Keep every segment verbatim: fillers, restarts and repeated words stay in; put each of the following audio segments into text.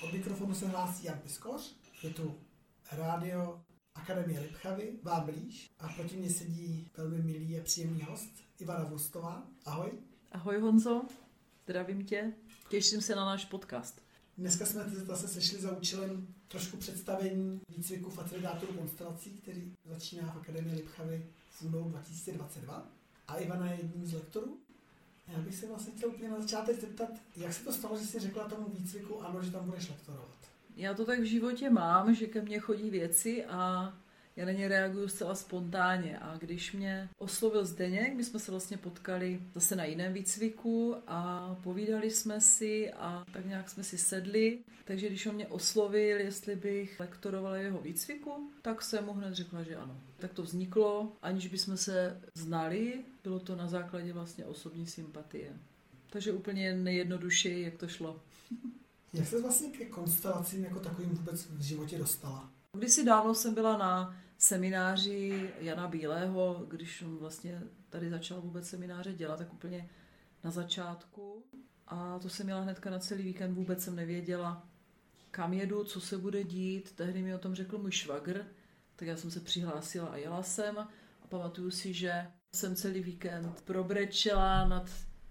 Od mikrofonu se hlásí Jan Piskoř, je tu rádio Akademie Lipchavy, vám blíž, a proti mě sedí velmi milý a příjemný host Ivana Vlustová. Ahoj. Ahoj Honzo, zdravím tě, těším se na náš podcast. Dneska jsme zase sešli za účelem trošku představení výcviku facilitátorů konstelací, který začíná v Akademii Lipchavy v únoru dva tisíce dvacet dva. A Ivana je jedním z lektorů. Já bych se vlastně chtěl úplně na začátek zeptat, jak se to stalo, že jsi řekla tomu výcviku ano, že tam budeš lektorovat? Já to tak v životě mám, že ke mně chodí věci a já na ně reaguju zcela spontánně. A když mě oslovil Zdeněk, my jsme se vlastně potkali zase na jiném výcviku a povídali jsme si a tak nějak jsme si sedli. Takže když on mě oslovil, jestli bych lektorovala jeho výcviku, tak jsem mu hned řekla, že ano. Tak to vzniklo, aniž bychom se znali, bylo to na základě vlastně osobní sympatie. Takže úplně nejjednodušeji, jak to šlo. Jak se vlastně ke konstelacím jako takovým vůbec v životě dostala? Kdysi dávno jsem byla na semináři Jana Bílého, když on vlastně tady začal vůbec semináře dělat, tak úplně na začátku. A to jsem měla hnedka na celý víkend, vůbec jsem nevěděla, kam jedu, co se bude dít. Tehdy mi o tom řekl můj švagr, tak já jsem se přihlásila a jela jsem. A pamatuju si, že jsem celý víkend probrečela nad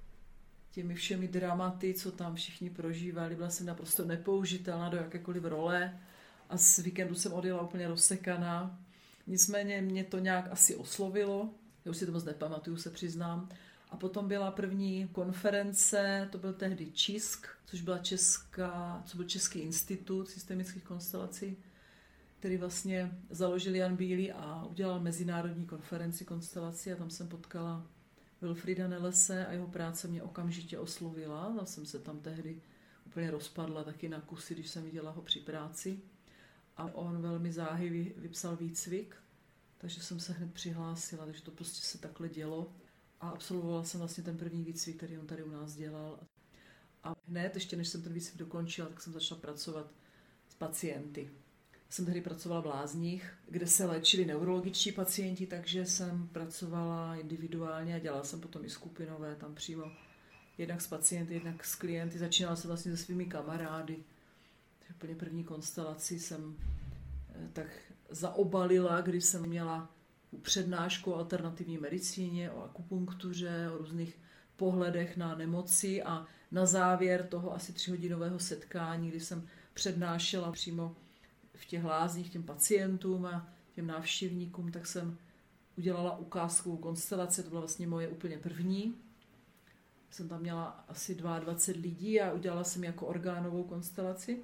těmi všemi dramaty, co tam všichni prožívali. Byla jsem naprosto nepoužitelná do jakékoliv role a z víkendu jsem odjela úplně rozsekaná. Nicméně mě to nějak asi oslovilo, já už si to moc nepamatuju, se přiznám. A potom byla první konference, to byl tehdy ČISK, což byla česká, co byl Český institut systemických konstelací, který vlastně založil Jan Bílý a udělal mezinárodní konferenci konstelací a tam jsem potkala Wilfrida Nellese a jeho práce mě okamžitě oslovila. Já jsem se tam tehdy úplně rozpadla taky na kusy, když jsem viděla ho při práci. A on velmi záhy vypsal výcvik, takže jsem se hned přihlásila, takže to prostě se takhle dělo. A absolvovala jsem vlastně ten první výcvik, který on tady u nás dělal. A hned, ještě než jsem ten výcvik dokončila, tak jsem začala pracovat s pacienty. Jsem tehdy pracovala v Lázních, kde se léčili neurologičtí pacienti, takže jsem pracovala individuálně a dělala jsem potom i skupinové, tam přímo jednak s pacienty, jednak s klienty. Začínala jsem vlastně se svými kamarády. Úplně první konstelaci jsem tak zaobalila, když jsem měla přednášku o alternativní medicíně, o akupunktuře, o různých pohledech na nemoci a na závěr toho asi tříhodinového setkání, kdy jsem přednášela přímo v těch lázních těm pacientům a těm návštěvníkům, tak jsem udělala ukázkovou konstelaci, to byla vlastně moje úplně první. Jsem tam měla asi dvacet dva lidí a udělala jsem jako orgánovou konstelaci.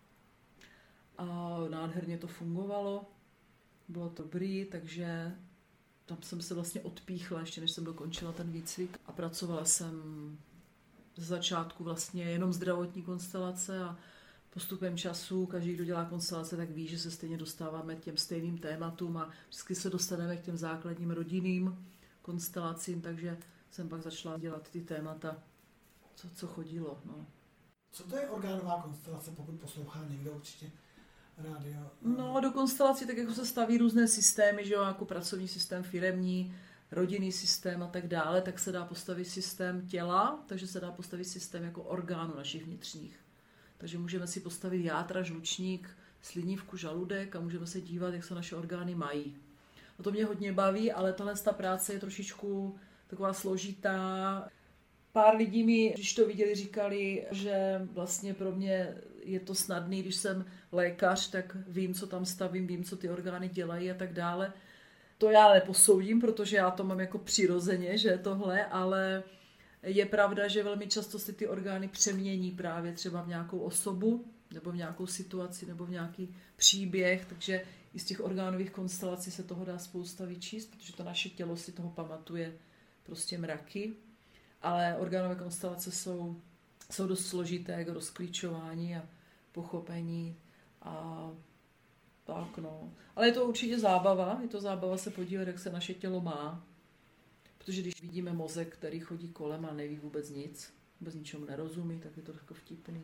A nádherně to fungovalo, bylo to dobrý, takže tam jsem se vlastně odpíchla, ještě než jsem dokončila ten výcvik a pracovala jsem ze začátku vlastně jenom zdravotní konstelace a postupem času, každý, kdo dělá konstelace, tak ví, že se stejně dostáváme k těm stejným tématům a vždycky se dostaneme k těm základním rodinným konstelacím, takže jsem pak začala dělat ty témata, co, co chodilo. No. Co to je orgánová konstelace, pokud poslouchá někdo určitě rádio? No, do konstelací tak jako se staví různé systémy, že jo, jako pracovní systém, firemní, rodinný systém a tak dále, tak se dá postavit systém těla, takže se dá postavit systém jako orgánů našich vnitřních. Takže můžeme si postavit játra, žlučník, slinivku, žaludek a můžeme se dívat, jak se naše orgány mají. A to mě hodně baví, ale tahle práce je trošičku taková složitá. Pár lidí mi, když to viděli, říkali, že vlastně pro mě je to snadný, když jsem lékař, tak vím, co tam stavím, vím, co ty orgány dělají a tak dále. To já neposoudím, protože já to mám jako přirozeně, že tohle, ale je pravda, že velmi často si ty orgány přemění právě třeba v nějakou osobu, nebo v nějakou situaci, nebo v nějaký příběh, takže i z těch orgánových konstelací se toho dá spousta vyčíst, protože to naše tělo si toho pamatuje prostě mraky. Ale orgánové konstelace jsou, jsou dost složité jako rozklíčování a pochopení a tak no. Ale je to určitě zábava, je to zábava se podívat, jak se naše tělo má. Protože když vidíme mozek, který chodí kolem a neví vůbec nic, vůbec ničemu nerozumí, tak je to takový vtipný.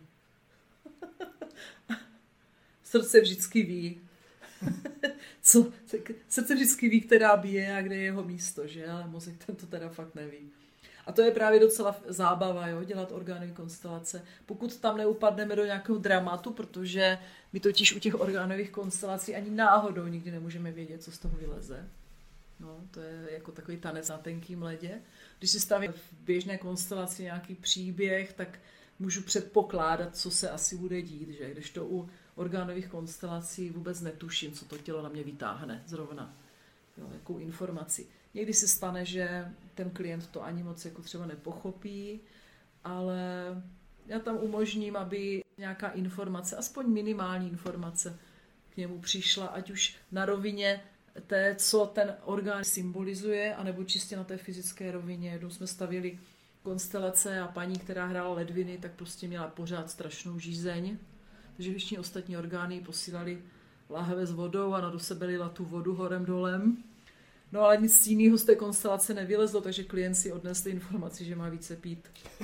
Srdce vždycky ví. Co? Srdce vždycky ví, která bije a kde je jeho místo, že? Ale mozek ten to teda fakt neví. A A to je právě docela zábava, jo, dělat orgánové konstelace. Pokud tam neupadneme do nějakého dramatu, protože my totiž u těch orgánových konstelací ani náhodou nikdy nemůžeme vědět, co z toho vyleze. No, to je jako takový tanec na tenkým ledě. Když si stavím v běžné konstelaci nějaký příběh, tak můžu předpokládat, co se asi bude dít, že? Když to u orgánových konstelací vůbec netuším, co to tělo na mě vytáhne zrovna. Jo, jakou informaci. Někdy se stane, že ten klient to ani moc jako třeba nepochopí, ale já tam umožním, aby nějaká informace, aspoň minimální informace k němu přišla, ať už na rovině té, co ten orgán symbolizuje, anebo čistě na té fyzické rovině. Jednou jsme stavili konstelace a paní, která hrála ledviny, tak prostě měla pořád strašnou žízeň. Takže všichni ostatní orgány posílali láhve s vodou a na do sebe lila tu vodu horem dolem. No ale nic jiného z té konstelace nevylezlo, takže klient si odnesl informaci, že má více pít.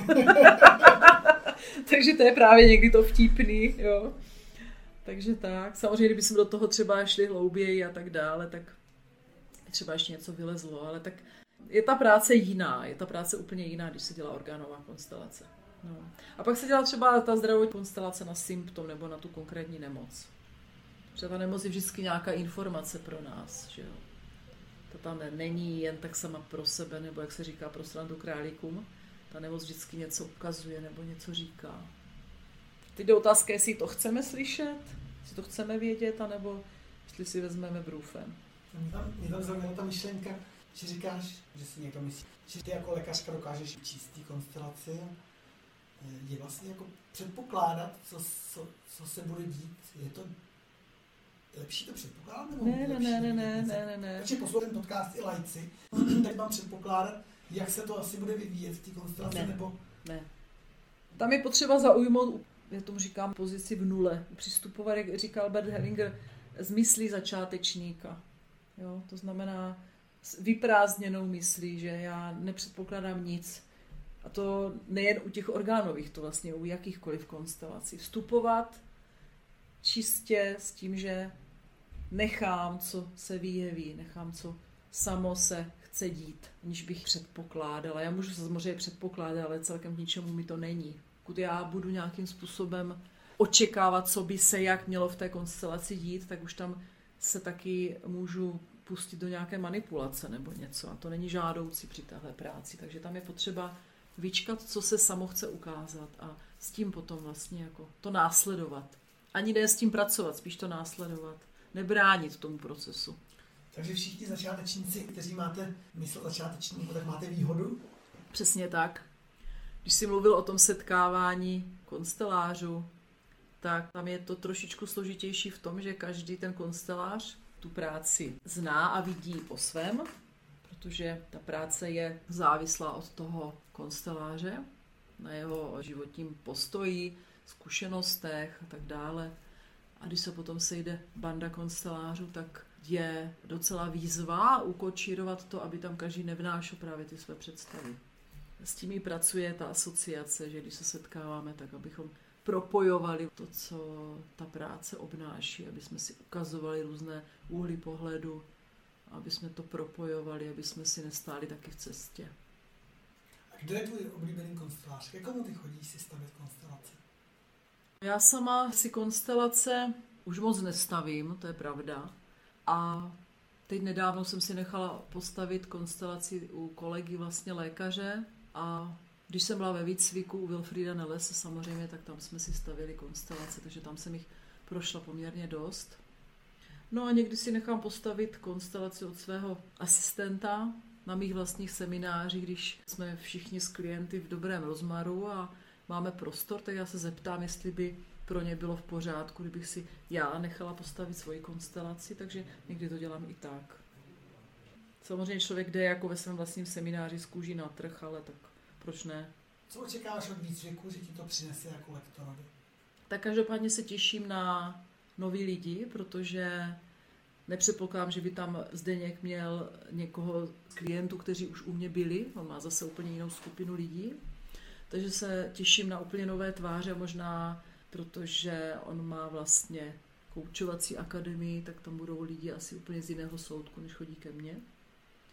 Takže to je právě někdy to vtipný, jo. Takže tak. Samozřejmě, kdyby jsme do toho třeba šli hlouběji a tak dále, tak třeba ještě něco vylezlo, ale tak je ta práce jiná, je ta práce úplně jiná, když se dělá orgánová konstelace. No. A pak se dělá třeba ta zdravotní konstelace na symptom nebo na tu konkrétní nemoc. Protože ta nemoc je vždycky nějaká informace pro nás, že jo. Ta tam není jen tak sama pro sebe, nebo jak se říká pro srandu králíkům. Ta nemoc vždycky něco ukazuje nebo něco říká. Teď jde otázka, jestli to chceme slyšet, jestli to chceme vědět, anebo jestli si vezmeme brůfem. Mě tam, mě tam zaujala ta myšlenka, že říkáš, že si někdo myslí, že ty jako lékařka dokážeš číst té konstelaci. Je vlastně jako předpokládat, co, co, co se bude dít. Je to lepší to předpokládat? Nebo ne, ne, ne, ne, ne, ne, ne, ne. Protože poslouchám podcast i lajci, tak mám předpokládat, jak se to asi bude vyvíjet v té konstelaci, ne, nebo... Ne. Tam je potřeba zaujmout, já tomu říkám, pozici v nule. Přistupovat, jak říkal Bert Hellinger, z myslí začátečníka. Jo? To znamená s vyprázdněnou myslí, že já nepředpokládám nic. A to nejen u těch orgánových, to vlastně u jakýchkoliv konstelací. Vstupovat čistě s tím, že nechám, co se vyjeví, nechám, co samo se chce dít, aniž bych předpokládala. Já můžu se samozřejmě předpokládat, ale celkem k ničemu mi to není. Pokud já budu nějakým způsobem očekávat, co by se jak mělo v té konstelaci dít, tak už tam se taky můžu pustit do nějaké manipulace nebo něco. A to není žádoucí při téhle práci. Takže tam je potřeba vyčkat, co se samo chce ukázat a s tím potom vlastně jako to následovat. Ani ne s tím pracovat, spíš to následovat. Nebránit tomu procesu. Takže všichni začátečníci, kteří máte mysl začátečníku, tak máte výhodu? Přesně tak. Když jsi mluvil o tom setkávání konstelářů, tak tam je to trošičku složitější v tom, že každý ten konstelář tu práci zná a vidí po svém, protože ta práce je závislá od toho konsteláře, na jeho životním postoji, zkušenostech a tak dále. A když se potom sejde banda konstelářů, tak je docela výzva ukočírovat to, aby tam každý nevnášel právě ty své představy. S tím i pracuje ta asociace, že když se setkáváme, tak abychom propojovali to, co ta práce obnáší, aby jsme si ukazovali různé úhly pohledu, aby jsme to propojovali, aby jsme si nestáli taky v cestě. A kdo je tvůj oblíbený konstelář? Ke komu ty chodíš si stavět konstelaci? Já sama si konstelace už moc nestavím, to je pravda. A teď nedávno jsem si nechala postavit konstelaci u kolegy vlastně lékaře a když jsem byla ve výcviku u Wilfrida Nellese samozřejmě, tak tam jsme si stavili konstelace, takže tam jsem jich prošla poměrně dost. No a někdy si nechám postavit konstelaci od svého asistenta na mých vlastních seminářích, když jsme všichni s klienty v dobrém rozmaru a máme prostor, tak já se zeptám, jestli by pro ně bylo v pořádku, kdybych si já nechala postavit svoji konstelaci, takže někdy to dělám i tak. Samozřejmě člověk jde jako ve svém vlastním semináři z kůží na trh, ale tak proč ne? Co očekáváš od výcviku, že ti to přinese jako lektorovi? Tak každopádně se těším na nový lidi, protože nepředpokládám, že by tam Zdeněk měl někoho z klientů, kteří už u mě byli, on má zase úplně jinou skupinu lidí, takže se těším na úplně nové tváře, možná protože on má vlastně koučovací akademii, tak tam budou lidi asi úplně z jiného soudku, než chodí ke mně.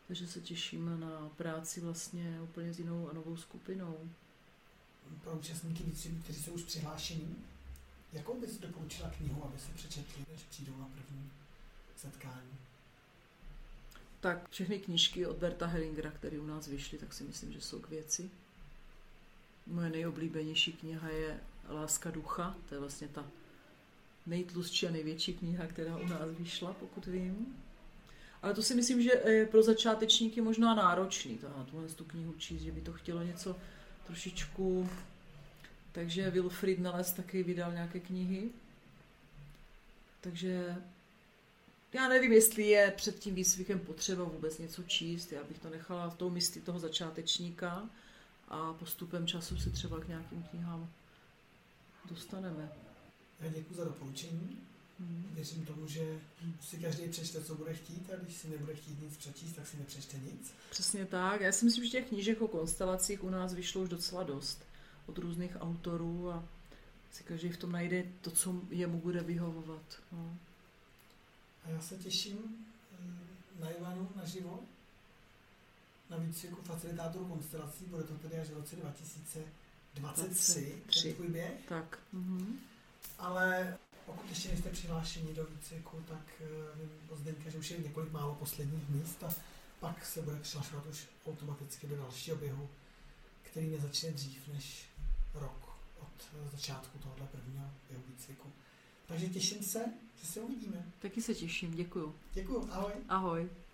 Takže se těším na práci vlastně úplně s jinou a novou skupinou. Pro účastníky výcviku, kteří jsou už přihlášení, jakou bys doporučila knihu, aby se přečetli, než přijdou na první setkání? Tak všechny knížky od Berta Hellingera, které u nás vyšly, tak si myslím, že jsou k věci. Moje nejoblíbenější kniha je Láska ducha, to je vlastně ta nejtlustší a největší kniha, která u nás vyšla, pokud vím. Ale to si myslím, že je pro začátečníky možná náročný, tuhle tu knihu číst, že by to chtělo něco trošičku. Takže Wilfried Nelles taky vydal nějaké knihy. Takže já nevím, jestli je před tím výcvikem potřeba vůbec něco číst. Já bych to nechala v tou místě toho začátečníka a postupem času se třeba k nějakým knihám dostaneme. Já děkuji za doporučení. Hmm. Věřím tomu, že si každý přečte, co bude chtít, a když si nebude chtít nic přečíst, tak si nepřečte nic. Přesně tak. Já si myslím, že těch knížek o konstelacích u nás vyšlo už docela dost od různých autorů a si každý v tom najde to, co jemu bude vyhovovat. No. A já se těším na Ivanu naživo, na výcviku facilitátorů konstelací. Bude to tedy až v roce dva tisíce dvacet tři, ten tvůj běh. Tak. Mhm. Ale pokud ještě nejste přihlášeni do výcviku, tak vím od Zdeňka, že už je několik málo posledních míst a pak se bude přihlašovat už automaticky do dalšího běhu, který nezačne dřív než rok od začátku tohoto prvního běhu výcviku. Takže těším se, že se uvidíme. Taky se těším, děkuju. Děkuju, ahoj. Ahoj.